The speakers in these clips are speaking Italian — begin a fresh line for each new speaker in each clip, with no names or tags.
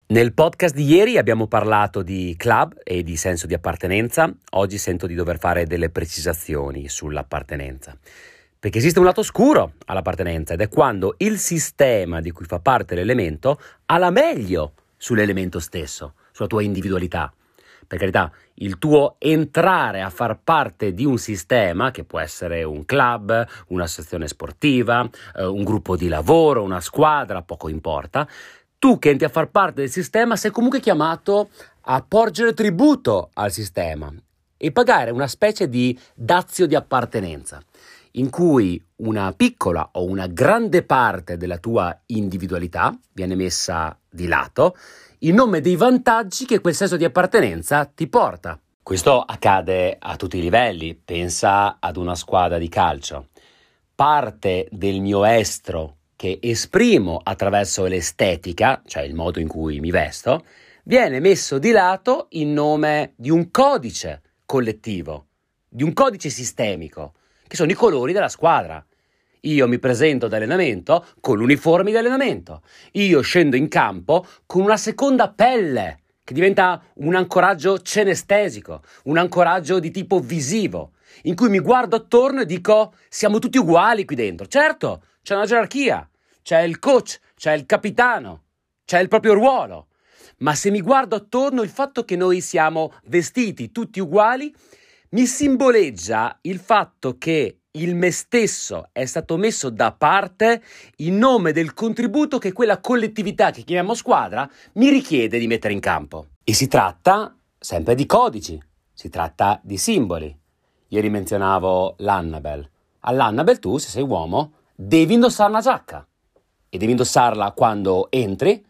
Nel podcast di ieri abbiamo parlato di club e di senso di appartenenza. Oggi sento di dover fare delle precisazioni sull'appartenenza. Perché esiste un lato oscuro all'appartenenza ed è quando il sistema di cui fa parte l'elemento ha la meglio sull'elemento stesso, sulla tua individualità. Per carità, il tuo entrare a far parte di un sistema, che può essere un club, un'associazione sportiva, un gruppo di lavoro, una squadra, poco importa. Tu che entri a far parte del sistema sei comunque chiamato a porgere tributo al sistema e pagare una specie di dazio di appartenenza, in cui una piccola o una grande parte della tua individualità viene messa di lato in nome dei vantaggi che quel senso di appartenenza ti porta. Questo accade a tutti i livelli. Pensa ad una squadra di calcio. Parte del mio estro che esprimo attraverso l'estetica, cioè il modo in cui mi vesto, viene messo di lato in nome di un codice collettivo, di un codice sistemico, che sono i colori della squadra. Io mi presento ad allenamento con l'uniforme di allenamento. Io scendo in campo con una seconda pelle, che diventa un ancoraggio cenestesico, un ancoraggio di tipo visivo, in cui mi guardo attorno e dico: siamo tutti uguali qui dentro. Certo, c'è una gerarchia, c'è il coach, c'è il capitano, c'è il proprio ruolo. Ma se mi guardo attorno, il fatto che noi siamo vestiti tutti uguali mi simboleggia il fatto che il me stesso è stato messo da parte in nome del contributo che quella collettività che chiamiamo squadra mi richiede di mettere in campo. E si tratta sempre di codici, si tratta di simboli. Ieri menzionavo l'Annabelle. All'Annabelle tu, se sei uomo, devi indossare una giacca e devi indossarla quando entri,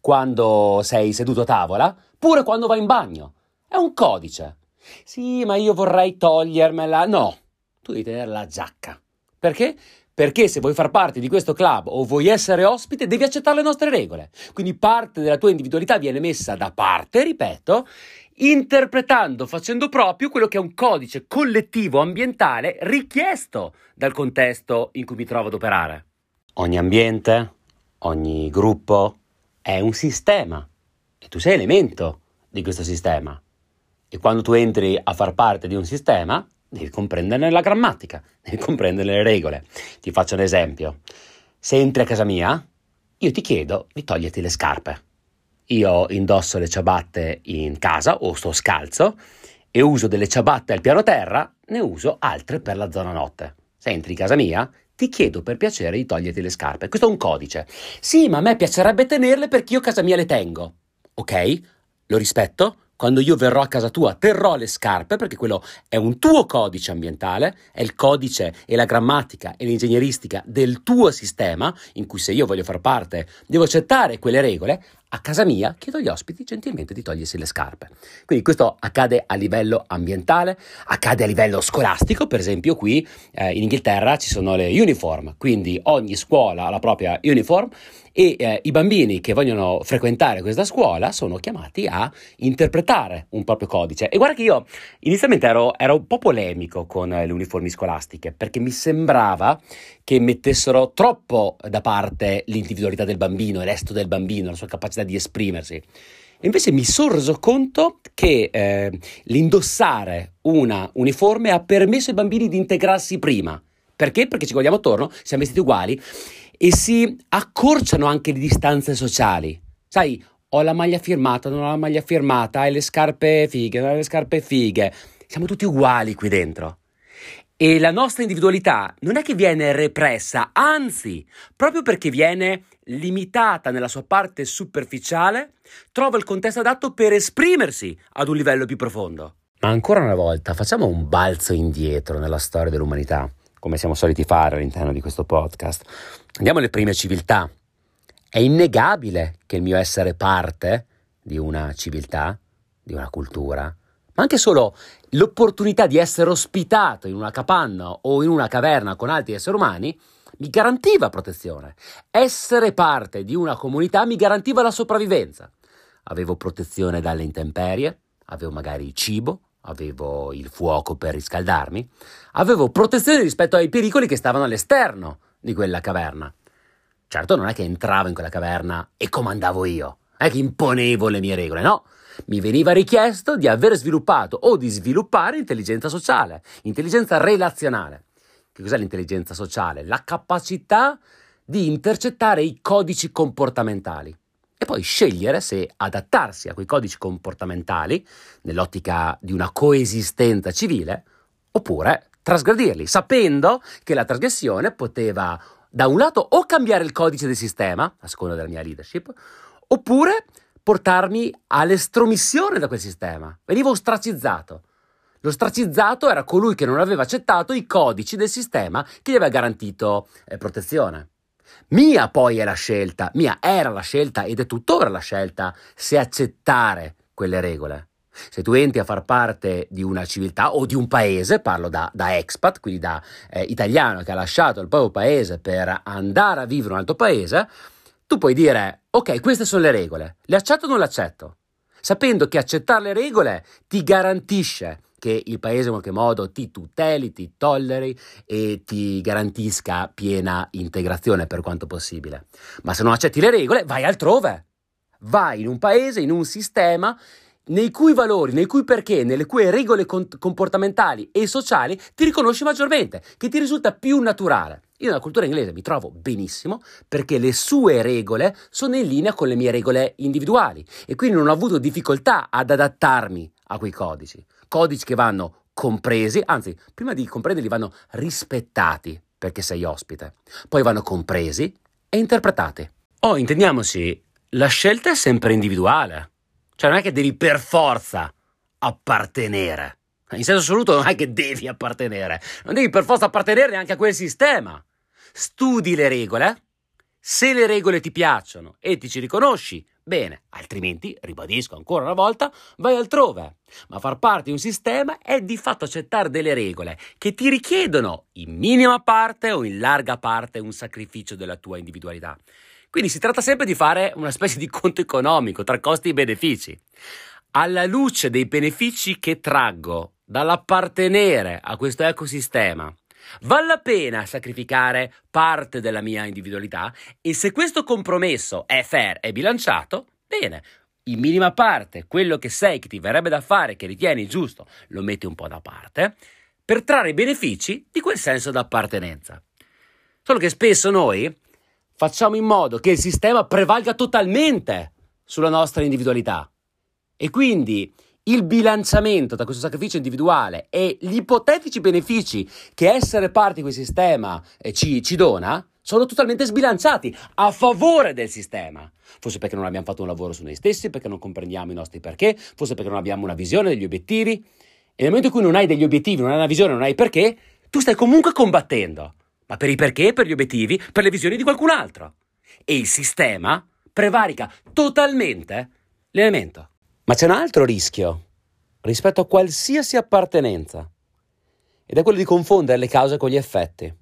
quando sei seduto a tavola, pure quando vai in bagno. È un codice. Sì, ma io vorrei togliermela. No, tu devi tenere la giacca. Perché? Perché se vuoi far parte di questo club o vuoi essere ospite, devi accettare le nostre regole. Quindi parte della tua individualità viene messa da parte, ripeto, interpretando, facendo proprio quello che è un codice collettivo ambientale richiesto dal contesto in cui mi trovo ad operare. Ogni ambiente, ogni gruppo è un sistema e tu sei elemento di questo sistema. E quando tu entri a far parte di un sistema, devi comprenderne la grammatica, devi comprendere le regole. Ti faccio un esempio. Se entri a casa mia, io ti chiedo di toglierti le scarpe. Io indosso le ciabatte in casa o sto scalzo e uso delle ciabatte al piano terra, ne uso altre per la zona notte. Se entri in casa mia, ti chiedo per piacere di toglierti le scarpe. Questo è un codice. Sì, ma a me piacerebbe tenerle perché io a casa mia le tengo. Ok? Lo rispetto? Quando io verrò a casa tua terrò le scarpe perché quello è un tuo codice ambientale, è il codice e la grammatica e l'ingegneristica del tuo sistema, in cui se io voglio far parte devo accettare quelle regole. A casa mia chiedo agli ospiti gentilmente di togliersi le scarpe. Quindi questo accade a livello ambientale, accade a livello scolastico. Per esempio qui in Inghilterra ci sono le uniform, quindi ogni scuola ha la propria uniform e i bambini che vogliono frequentare questa scuola sono chiamati a interpretare un proprio codice. E guarda che io inizialmente ero un po' polemico con le uniformi scolastiche, perché mi sembrava che mettessero troppo da parte l'individualità del bambino, il resto del bambino, la sua capacità di esprimersi. E invece mi sono reso conto che l'indossare una uniforme ha permesso ai bambini di integrarsi prima. Perché? Perché ci guardiamo attorno, siamo vestiti uguali e si accorciano anche le distanze sociali. Sai, ho la maglia firmata, non ho la maglia firmata, hai le scarpe fighe, non hai le scarpe fighe. Siamo tutti uguali qui dentro. E la nostra individualità non è che viene repressa, anzi, proprio perché viene limitata nella sua parte superficiale, trova il contesto adatto per esprimersi ad un livello più profondo. Ma ancora una volta, facciamo un balzo indietro nella storia dell'umanità, come siamo soliti fare all'interno di questo podcast. Andiamo alle prime civiltà. È innegabile che il mio essere parte di una civiltà, di una cultura, ma anche solo l'opportunità di essere ospitato in una capanna o in una caverna con altri esseri umani mi garantiva protezione. Essere parte di una comunità mi garantiva la sopravvivenza. Avevo protezione dalle intemperie, avevo magari cibo, avevo il fuoco per riscaldarmi, avevo protezione rispetto ai pericoli che stavano all'esterno di quella caverna. Certo, non è che entravo in quella caverna e comandavo io. Non è che imponevo le mie regole, no. Mi veniva richiesto di aver sviluppato o di sviluppare intelligenza sociale, intelligenza relazionale. Che cos'è l'intelligenza sociale? La capacità di intercettare i codici comportamentali e poi scegliere se adattarsi a quei codici comportamentali nell'ottica di una coesistenza civile oppure trasgredirli, sapendo che la trasgressione poteva da un lato o cambiare il codice del sistema, a seconda della mia leadership, oppure portarmi all'estromissione da quel sistema. Venivo ostracizzato. L'ostracizzato era colui che non aveva accettato i codici del sistema che gli aveva garantito protezione. Mia poi è la scelta, mia era la scelta ed è tuttora la scelta se accettare quelle regole. Se tu entri a far parte di una civiltà o di un paese, parlo da expat, quindi da italiano che ha lasciato il proprio paese per andare a vivere in un altro paese, tu puoi dire, ok, queste sono le regole, le accetto o non le accetto? Sapendo che accettare le regole ti garantisce che il paese in qualche modo ti tuteli, ti tolleri e ti garantisca piena integrazione per quanto possibile. Ma se non accetti le regole, vai altrove. Vai in un paese, in un sistema nei cui valori, nei cui perché, nelle cui regole comportamentali e sociali ti riconosci maggiormente, che ti risulta più naturale. Io nella cultura inglese mi trovo benissimo perché le sue regole sono in linea con le mie regole individuali e quindi non ho avuto difficoltà ad adattarmi a quei codici. Codici che vanno compresi, anzi, prima di comprenderli vanno rispettati perché sei ospite, poi vanno compresi e interpretati. Intendiamoci, la scelta è sempre individuale. Cioè non è che devi per forza appartenere. In senso assoluto non è che devi appartenere. Non devi per forza appartenere neanche a quel sistema. Studi le regole. Se le regole ti piacciono e ti ci riconosci, bene. Altrimenti, ribadisco ancora una volta, vai altrove. Ma far parte di un sistema è di fatto accettare delle regole che ti richiedono in minima parte o in larga parte un sacrificio della tua individualità. Quindi si tratta sempre di fare una specie di conto economico tra costi e benefici. Alla luce dei benefici che traggo dall'appartenere a questo ecosistema, vale la pena sacrificare parte della mia individualità? E se questo compromesso è fair e bilanciato, bene, in minima parte quello che sei, che ti verrebbe da fare, che ritieni giusto, lo metti un po' da parte, per trarre i benefici di quel senso d'appartenenza. Solo che spesso noi facciamo in modo che il sistema prevalga totalmente sulla nostra individualità e quindi il bilanciamento tra questo sacrificio individuale e gli ipotetici benefici che essere parte di quel sistema ci dona sono totalmente sbilanciati a favore del sistema. Forse perché non abbiamo fatto un lavoro su noi stessi, perché non comprendiamo i nostri perché, forse perché non abbiamo una visione degli obiettivi e nel momento in cui non hai degli obiettivi, non hai una visione, non hai perché, tu stai comunque combattendo. Ma per i perché, per gli obiettivi, per le visioni di qualcun altro. E il sistema prevarica totalmente l'elemento. Ma c'è un altro rischio rispetto a qualsiasi appartenenza ed è quello di confondere le cause con gli effetti.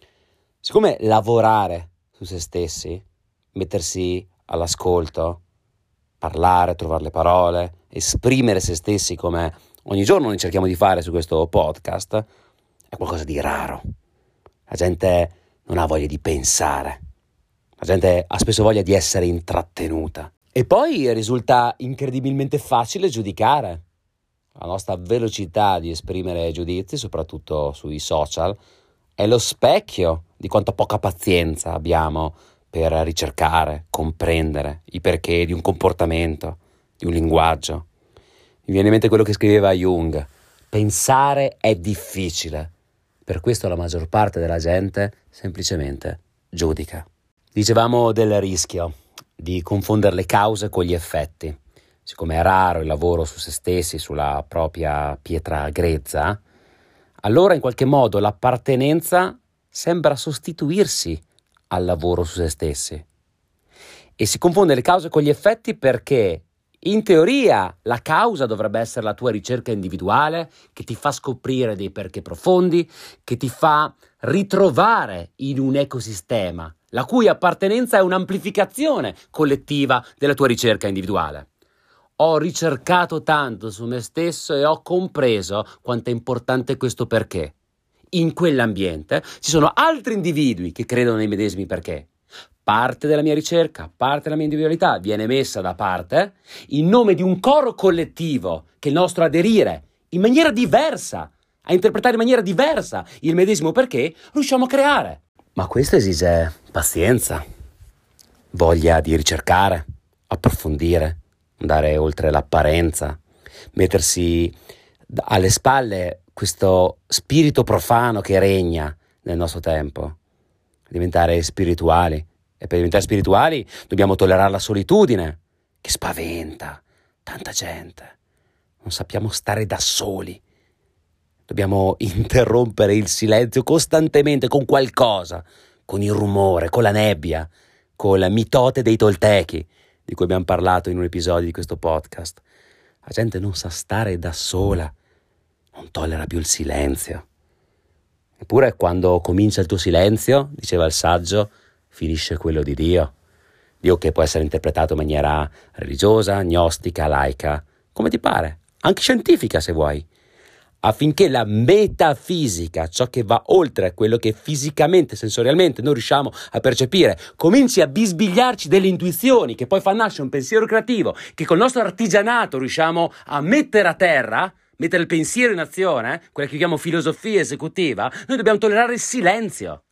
Siccome lavorare su se stessi, mettersi all'ascolto, parlare, trovare le parole, esprimere se stessi come ogni giorno noi cerchiamo di fare su questo podcast, è qualcosa di raro. La gente non ha voglia di pensare, la gente ha spesso voglia di essere intrattenuta. E poi risulta incredibilmente facile giudicare. La nostra velocità di esprimere giudizi, soprattutto sui social, è lo specchio di quanta poca pazienza abbiamo per ricercare, comprendere i perché di un comportamento, di un linguaggio. Mi viene in mente quello che scriveva Jung: pensare è difficile. Per questo la maggior parte della gente semplicemente giudica. Dicevamo del rischio di confondere le cause con gli effetti. Siccome è raro il lavoro su se stessi, sulla propria pietra grezza, allora in qualche modo l'appartenenza sembra sostituirsi al lavoro su se stessi. E si confonde le cause con gli effetti perché in teoria la causa dovrebbe essere la tua ricerca individuale che ti fa scoprire dei perché profondi, che ti fa ritrovare in un ecosistema, la cui appartenenza è un'amplificazione collettiva della tua ricerca individuale. Ho ricercato tanto su me stesso e ho compreso quanto è importante questo perché. In quell'ambiente ci sono altri individui che credono nei medesimi perché. parte della mia ricerca, parte della mia individualità viene messa da parte in nome di un coro collettivo che è il nostro aderire in maniera diversa, a interpretare in maniera diversa il medesimo perché riusciamo a creare. Ma questo esige pazienza, voglia di ricercare, approfondire, andare oltre l'apparenza, mettersi alle spalle questo spirito profano che regna nel nostro tempo, diventare spirituali. E per diventare spirituali dobbiamo tollerare la solitudine, che spaventa tanta gente. Non sappiamo stare da soli. Dobbiamo interrompere il silenzio costantemente con qualcosa, con il rumore, con la nebbia, con la mitote dei Toltechi, di cui abbiamo parlato in un episodio di questo podcast. La gente non sa stare da sola, non tollera più il silenzio. Eppure quando comincia il tuo silenzio, diceva il saggio, finisce quello di Dio. Dio che può essere interpretato in maniera religiosa, gnostica, laica, come ti pare, anche scientifica se vuoi, affinché la metafisica, ciò che va oltre quello che fisicamente, sensorialmente non riusciamo a percepire, cominci a bisbigliarci delle intuizioni che poi fa nascere un pensiero creativo che col nostro artigianato riusciamo a mettere a terra, mettere il pensiero in azione, quella che chiamiamo filosofia esecutiva. Noi dobbiamo tollerare il silenzio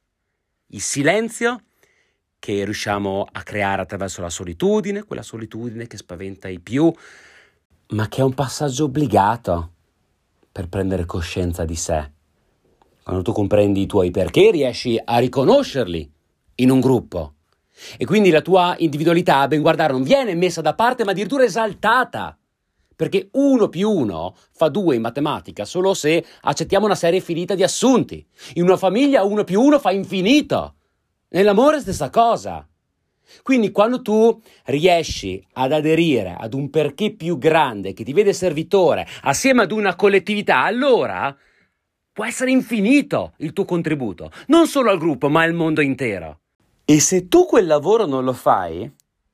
che riusciamo a creare attraverso la solitudine, quella solitudine che spaventa i più, ma che è un passaggio obbligato per prendere coscienza di sé. Quando tu comprendi i tuoi perché, riesci a riconoscerli in un gruppo. E quindi la tua individualità, a ben guardare, non viene messa da parte, ma addirittura esaltata. Perché 1 più 1 fa 2 in matematica solo se accettiamo una serie finita di assunti. In una famiglia 1 più 1 fa infinito. Nell'amore stessa cosa. Quindi quando tu riesci ad aderire ad un perché più grande che ti vede servitore assieme ad una collettività, allora può essere infinito il tuo contributo, non solo al gruppo ma al mondo intero. E se tu quel lavoro non lo fai,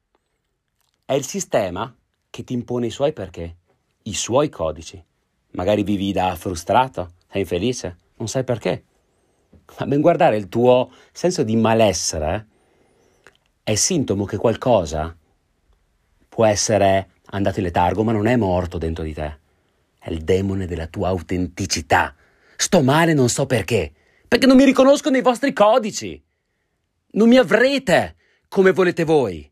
è il sistema che ti impone i suoi perché, i suoi codici. Magari vivi da frustrato, sei infelice, non sai perché. Ma ben guardare, il tuo senso di malessere è sintomo che qualcosa può essere andato in letargo, ma non è morto dentro di te. È il demone della tua autenticità. Sto male, non so perché non mi riconosco nei vostri codici. Non mi avrete come volete voi.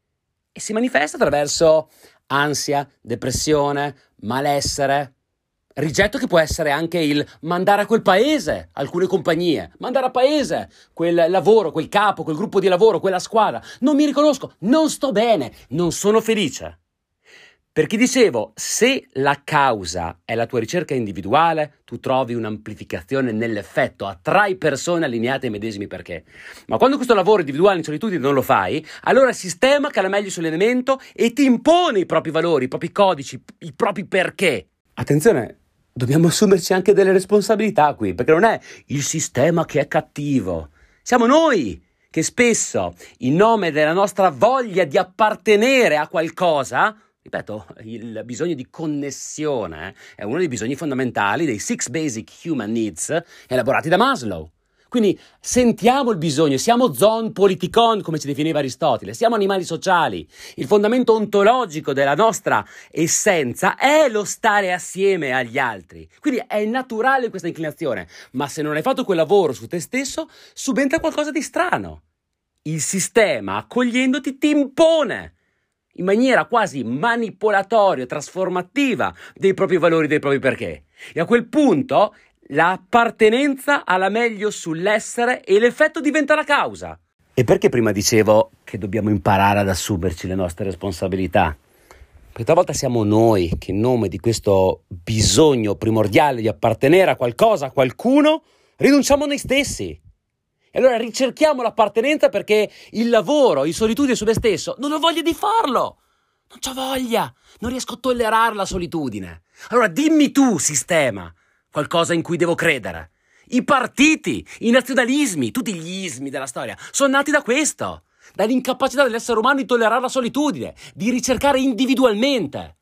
E si manifesta attraverso ansia, depressione, malessere, rigetto che può essere anche il mandare a quel paese alcune compagnie, mandare a paese quel lavoro, quel capo, quel gruppo di lavoro, quella squadra. Non mi riconosco, non sto bene, non sono felice. Perché dicevo, se la causa è la tua ricerca individuale, tu trovi un'amplificazione nell'effetto, attrai persone allineate ai medesimi perché. Ma quando questo lavoro individuale in solitudine non lo fai, allora il sistema cala meglio sull'elemento e ti impone i propri valori, i propri codici, i propri perché. Attenzione, dobbiamo assumerci anche delle responsabilità qui, perché non è il sistema che è cattivo. Siamo noi che spesso, in nome della nostra voglia di appartenere a qualcosa, ripeto, il bisogno di connessione è uno dei bisogni fondamentali dei 6 Basic Human Needs elaborati da Maslow. Quindi sentiamo il bisogno, siamo zoon politikon, come ci definiva Aristotele, siamo animali sociali. Il fondamento ontologico della nostra essenza è lo stare assieme agli altri. Quindi è naturale questa inclinazione, ma se non hai fatto quel lavoro su te stesso, subentra qualcosa di strano. Il sistema, accogliendoti, ti impone in maniera quasi manipolatoria, trasformativa dei propri valori, dei propri perché. E a quel punto l'appartenenza ha la meglio sull'essere e l'effetto diventa la causa. E perché prima dicevo che dobbiamo imparare ad assumerci le nostre responsabilità? Perché talvolta siamo noi che in nome di questo bisogno primordiale di appartenere a qualcosa, a qualcuno, rinunciamo a noi stessi. E allora ricerchiamo l'appartenenza perché il lavoro, in solitudine su me stesso, non ho voglia di farlo. Non c'ho voglia, non riesco a tollerare la solitudine. Allora dimmi tu, sistema, qualcosa in cui devo credere. I partiti, i nazionalismi, tutti gli ismi della storia sono nati da questo, dall'incapacità dell'essere umano di tollerare la solitudine, di ricercare individualmente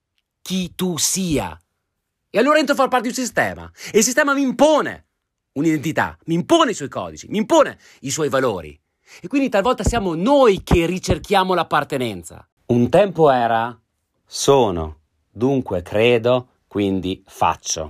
chi tu sia. E allora entro a far parte di un sistema e il sistema mi impone un'identità, mi impone i suoi codici, mi impone i suoi valori. E quindi talvolta siamo noi che ricerchiamo l'appartenenza. Un tempo era sono, dunque credo, quindi faccio.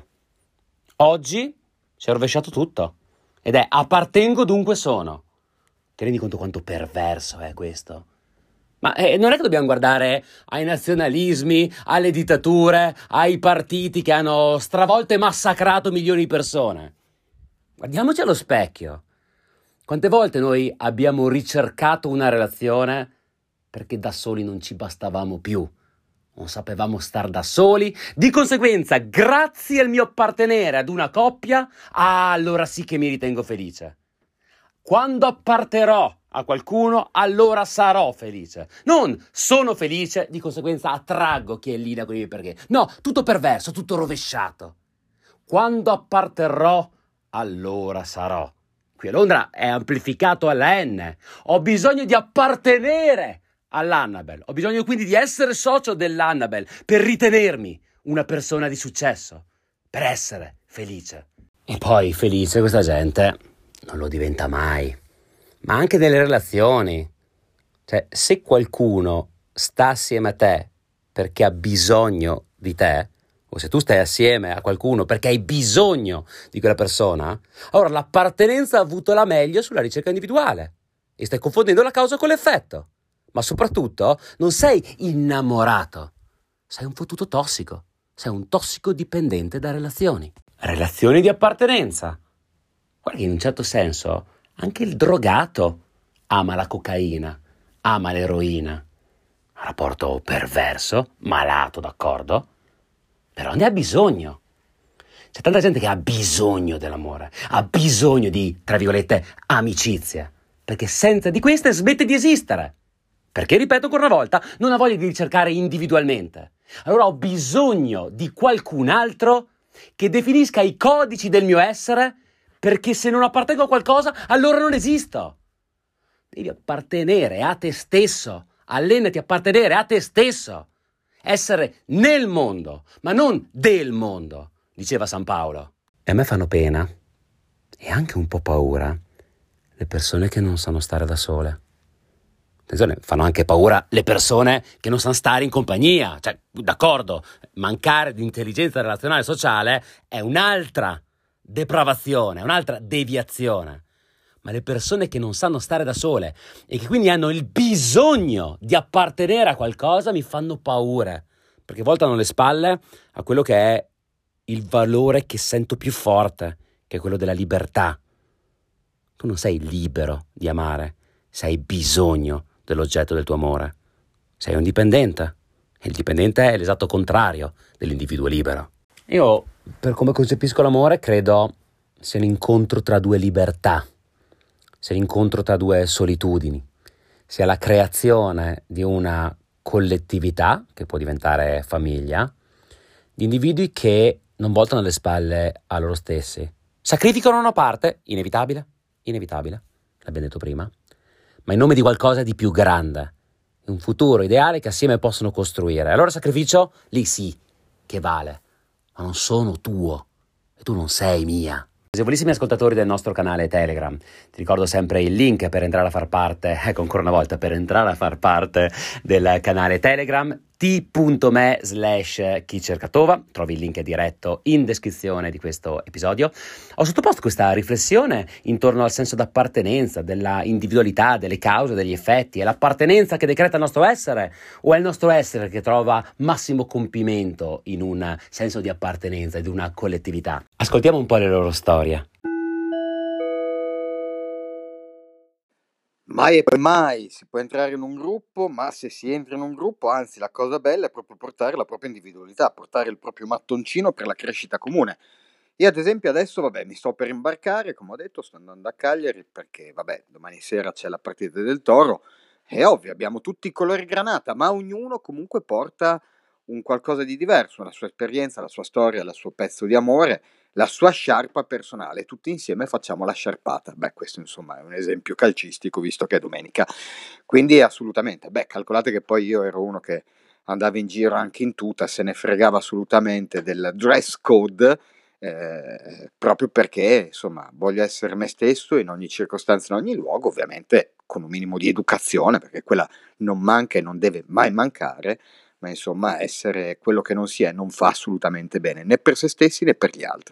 Oggi si è rovesciato tutto ed è appartengo, dunque sono. Ti rendi conto quanto perverso è questo? Ma non è che dobbiamo guardare ai nazionalismi, alle dittature, ai partiti che hanno stravolto e massacrato milioni di persone. Guardiamoci allo specchio. Quante volte noi abbiamo ricercato una relazione perché da soli non ci bastavamo più, non sapevamo star da soli, di conseguenza, grazie al mio appartenere ad una coppia, allora sì che mi ritengo felice. Quando apparterò a qualcuno, allora sarò felice. Non sono felice, di conseguenza attraggo chi è in linea con i miei perché. No, tutto perverso, tutto rovesciato. Quando apparterrò, allora sarò. Qui a Londra è amplificato alla N. Ho bisogno di appartenere all'Annabel. Ho bisogno quindi di essere socio dell'Annabel per ritenermi una persona di successo, per essere felice. E poi felice questa gente non lo diventa mai. Ma anche nelle relazioni. Cioè, se qualcuno sta assieme a te perché ha bisogno di te, o se tu stai assieme a qualcuno perché hai bisogno di quella persona, allora l'appartenenza ha avuto la meglio sulla ricerca individuale e stai confondendo la causa con l'effetto. Ma soprattutto non sei innamorato, sei un fottuto tossico, sei un tossico dipendente da relazioni. Relazioni di appartenenza. Guarda che in un certo senso anche il drogato ama la cocaina, ama l'eroina. Un rapporto perverso, malato, d'accordo? Però ne ha bisogno. C'è tanta gente che ha bisogno dell'amore, ha bisogno di, tra virgolette, amicizia, perché senza di queste smette di esistere. Perché, ripeto ancora una volta, non ha voglia di ricercare individualmente. Allora ho bisogno di qualcun altro che definisca i codici del mio essere, perché se non appartengo a qualcosa, allora non esisto. Devi appartenere a te stesso, allenati a appartenere a te stesso. Essere nel mondo, ma non del mondo, diceva San Paolo. E a me fanno pena, e anche un po' paura, le persone che non sanno stare da sole. Attenzione, fanno anche paura le persone che non sanno stare in compagnia. Cioè, d'accordo, mancare di intelligenza relazionale e sociale è un'altra depravazione, è un'altra deviazione. Ma le persone che non sanno stare da sole e che quindi hanno il bisogno di appartenere a qualcosa mi fanno paura, perché voltano le spalle a quello che è il valore che sento più forte, che è quello della libertà. Tu non sei libero di amare, sei bisogno dell'oggetto del tuo amore. Sei un dipendente e il dipendente è l'esatto contrario dell'individuo libero. Io, per come concepisco l'amore, credo sia l'incontro tra due libertà, sia l'incontro tra due solitudini, sia la creazione di una collettività, che può diventare famiglia, di individui che non voltano le spalle a loro stessi. Sacrificano una parte, inevitabile, l'abbiamo detto prima, ma in nome di qualcosa di più grande, un futuro ideale che assieme possono costruire. Allora il sacrificio, lì sì, che vale, ma non sono tuo e tu non sei mia. Agevolissimi ascoltatori del nostro canale Telegram, ti ricordo sempre il link per entrare a far parte, ecco ancora una volta, per entrare a far parte del canale Telegram, t.me/chicercatova, trovi il link diretto in descrizione di questo episodio. Ho sottoposto questa riflessione intorno al senso d'appartenenza, della individualità, delle cause, degli effetti. È l'appartenenza che decreta il nostro essere o è il nostro essere che trova massimo compimento in un senso di appartenenza, di una collettività? Ascoltiamo un po' le loro storie.
Mai e poi mai si può entrare in un gruppo, ma se si entra in un gruppo, anzi la cosa bella è proprio portare la propria individualità, portare il proprio mattoncino per la crescita comune. Io ad esempio adesso, vabbè, mi sto per imbarcare, come ho detto, sto andando a Cagliari perché, vabbè, domani sera c'è la partita del Toro. È ovvio, abbiamo tutti i colori granata, ma ognuno comunque porta un qualcosa di diverso, la sua esperienza, la sua storia, il suo pezzo di amore, la sua sciarpa personale. Tutti insieme facciamo la sciarpata. Beh, questo insomma è un esempio calcistico, visto che è domenica. Quindi assolutamente, beh, calcolate che poi io ero uno che andava in giro anche in tuta, se ne fregava assolutamente del dress code, proprio perché, insomma, voglio essere me stesso in ogni circostanza, in ogni luogo, ovviamente con un minimo di educazione, perché quella non manca e non deve mai mancare, ma insomma essere quello che non si è non fa assolutamente bene, né per se stessi né per gli altri.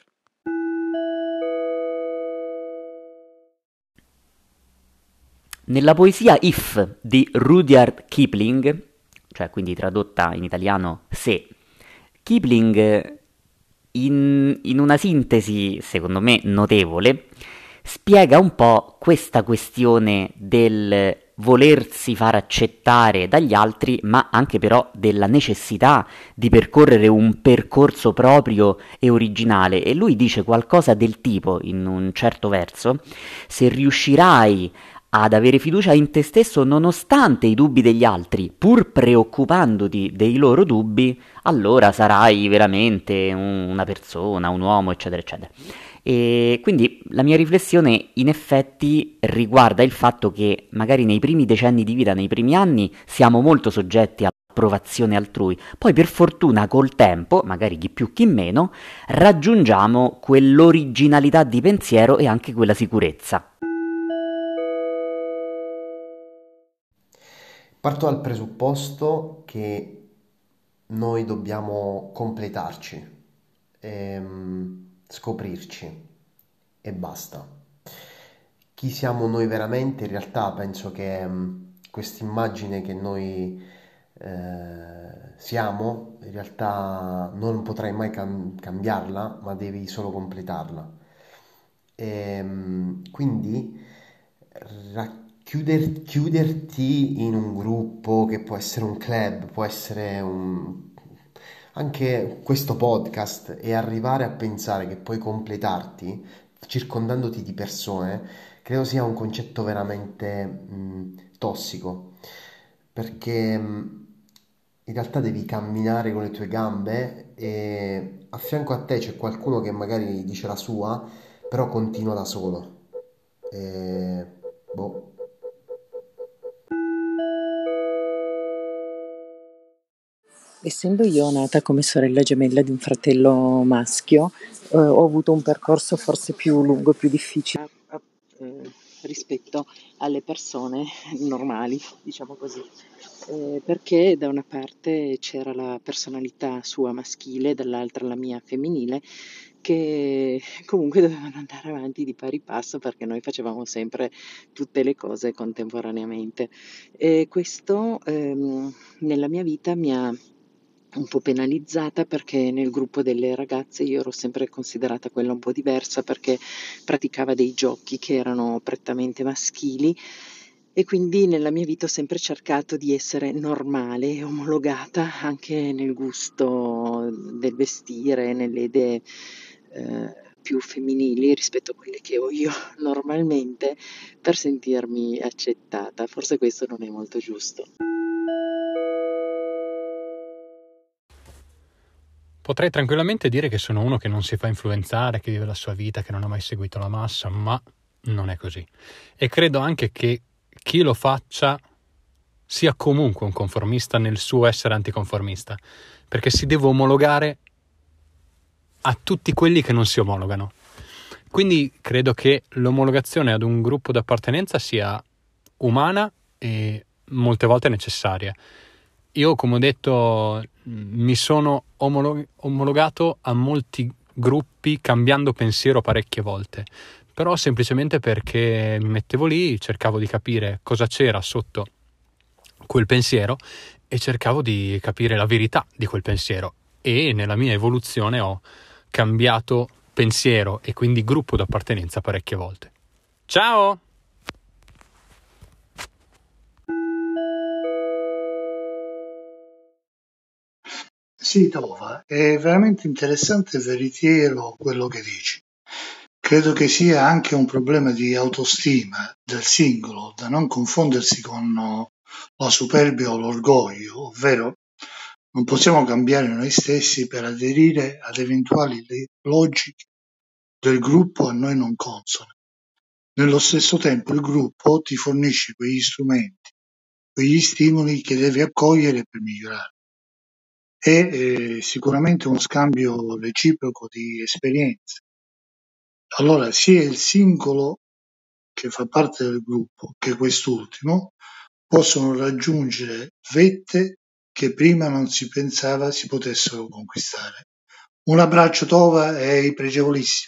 Nella poesia If di Rudyard Kipling, cioè quindi tradotta in italiano Se, Kipling in una sintesi secondo me notevole spiega un po' questa questione del volersi far accettare dagli altri, ma anche però della necessità di percorrere un percorso proprio e originale. E lui dice qualcosa del tipo, in un certo verso, se riuscirai ad avere fiducia in te stesso nonostante i dubbi degli altri, pur preoccupandoti dei loro dubbi, allora sarai veramente una persona, un uomo, eccetera, eccetera. E quindi la mia riflessione in effetti riguarda il fatto che magari nei primi decenni di vita, nei primi anni, siamo molto soggetti all'approvazione altrui, poi per fortuna col tempo, magari chi più chi meno, raggiungiamo quell'originalità di pensiero e anche quella sicurezza.
Parto dal presupposto che noi dobbiamo completarci, scoprirci e basta. Chi siamo noi veramente, in realtà penso che questa immagine che noi siamo, in realtà non potrai mai cambiarla, ma devi solo completarla. Quindi chiuderti in un gruppo che può essere un club, può essere anche questo podcast e arrivare a pensare che puoi completarti circondandoti di persone, credo sia un concetto veramente tossico, perché in realtà devi camminare con le tue gambe e a fianco a te c'è qualcuno che magari dice la sua, però continua da solo. E, boh.
Essendo io nata come sorella gemella di un fratello maschio, ho avuto un percorso forse più lungo e più difficile rispetto alle persone normali, diciamo così. Perché da una parte c'era la personalità sua maschile, dall'altra la mia femminile, che comunque dovevano andare avanti di pari passo perché noi facevamo sempre tutte le cose contemporaneamente. E questo nella mia vita mi ha un po' penalizzata perché nel gruppo delle ragazze io ero sempre considerata quella un po' diversa perché praticava dei giochi che erano prettamente maschili e quindi nella mia vita ho sempre cercato di essere normale e omologata anche nel gusto del vestire, nelle idee più femminili rispetto a quelle che ho io normalmente per sentirmi accettata. Forse questo non è molto giusto.
Potrei tranquillamente dire che sono uno che non si fa influenzare, che vive la sua vita, che non ha mai seguito la massa, ma non è così. E credo anche che chi lo faccia sia comunque un conformista nel suo essere anticonformista, perché si deve omologare a tutti quelli che non si omologano. Quindi credo che l'omologazione ad un gruppo d'appartenenza sia umana e molte volte necessaria. Io, come ho detto, mi sono omologato a molti gruppi cambiando pensiero parecchie volte, però semplicemente perché mi mettevo lì, cercavo di capire cosa c'era sotto quel pensiero e cercavo di capire la verità di quel pensiero e nella mia evoluzione ho cambiato pensiero e quindi gruppo d'appartenenza parecchie volte. Ciao!
Sì, Tova, è veramente interessante e veritiero quello che dici. Credo che sia anche un problema di autostima del singolo, da non confondersi con la superbia o l'orgoglio, ovvero non possiamo cambiare noi stessi per aderire ad eventuali logiche del gruppo a noi non consone. Nello stesso tempo il gruppo ti fornisce quegli strumenti, quegli stimoli che devi accogliere per migliorare. è sicuramente uno scambio reciproco di esperienze. Allora sia il singolo che fa parte del gruppo che quest'ultimo possono raggiungere vette che prima non si pensava si potessero conquistare. Un abbraccio Tova e i pregevolissimi.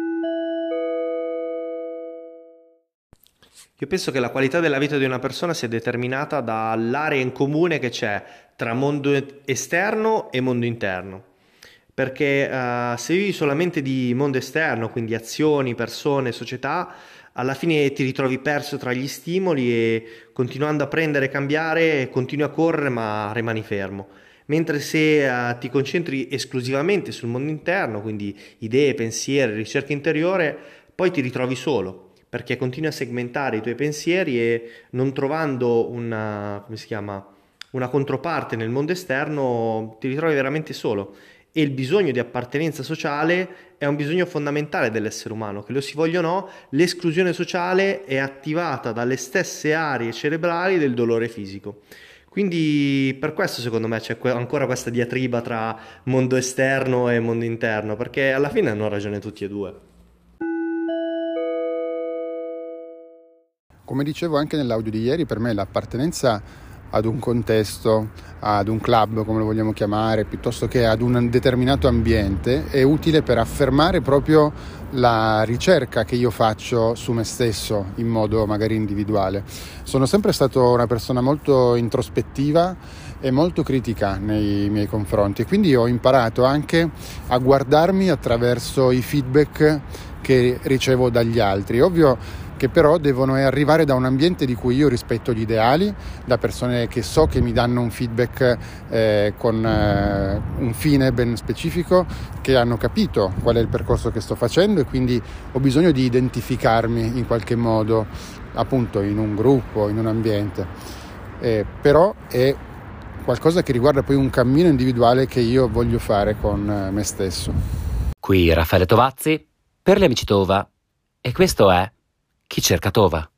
Io penso che la qualità della vita di una persona sia determinata dall'area in comune che c'è tra mondo esterno e mondo interno. Perché se vivi solamente di mondo esterno, quindi azioni, persone, società, alla fine ti ritrovi perso tra gli stimoli e continuando a prendere e cambiare, continui a correre ma rimani fermo. Mentre se ti concentri esclusivamente sul mondo interno, quindi idee, pensieri, ricerca interiore, poi ti ritrovi solo perché continui a segmentare i tuoi pensieri e non trovando una controparte nel mondo esterno ti ritrovi veramente solo. E il bisogno di appartenenza sociale è un bisogno fondamentale dell'essere umano, che lo si voglia o no, l'esclusione sociale è attivata dalle stesse aree cerebrali del dolore fisico. Quindi per questo secondo me c'è ancora questa diatriba tra mondo esterno e mondo interno, perché alla fine hanno ragione tutti e due.
Come dicevo anche nell'audio di ieri, per me l'appartenenza ad un contesto, ad un club, come lo vogliamo chiamare, piuttosto che ad un determinato ambiente, è utile per affermare proprio la ricerca che io faccio su me stesso in modo magari individuale. Sono sempre stato una persona molto introspettiva e molto critica nei miei confronti, e quindi ho imparato anche a guardarmi attraverso i feedback che ricevo dagli altri. Ovvio che però devono arrivare da un ambiente di cui io rispetto gli ideali, da persone che so che mi danno un feedback con un fine ben specifico, che hanno capito qual è il percorso che sto facendo, e quindi ho bisogno di identificarmi in qualche modo appunto in un gruppo, in un ambiente. Però è qualcosa che riguarda poi un cammino individuale che io voglio fare con me stesso.
Qui Raffaele Tovazzi per gli amici Tova, e questo è Chi cerca Tova.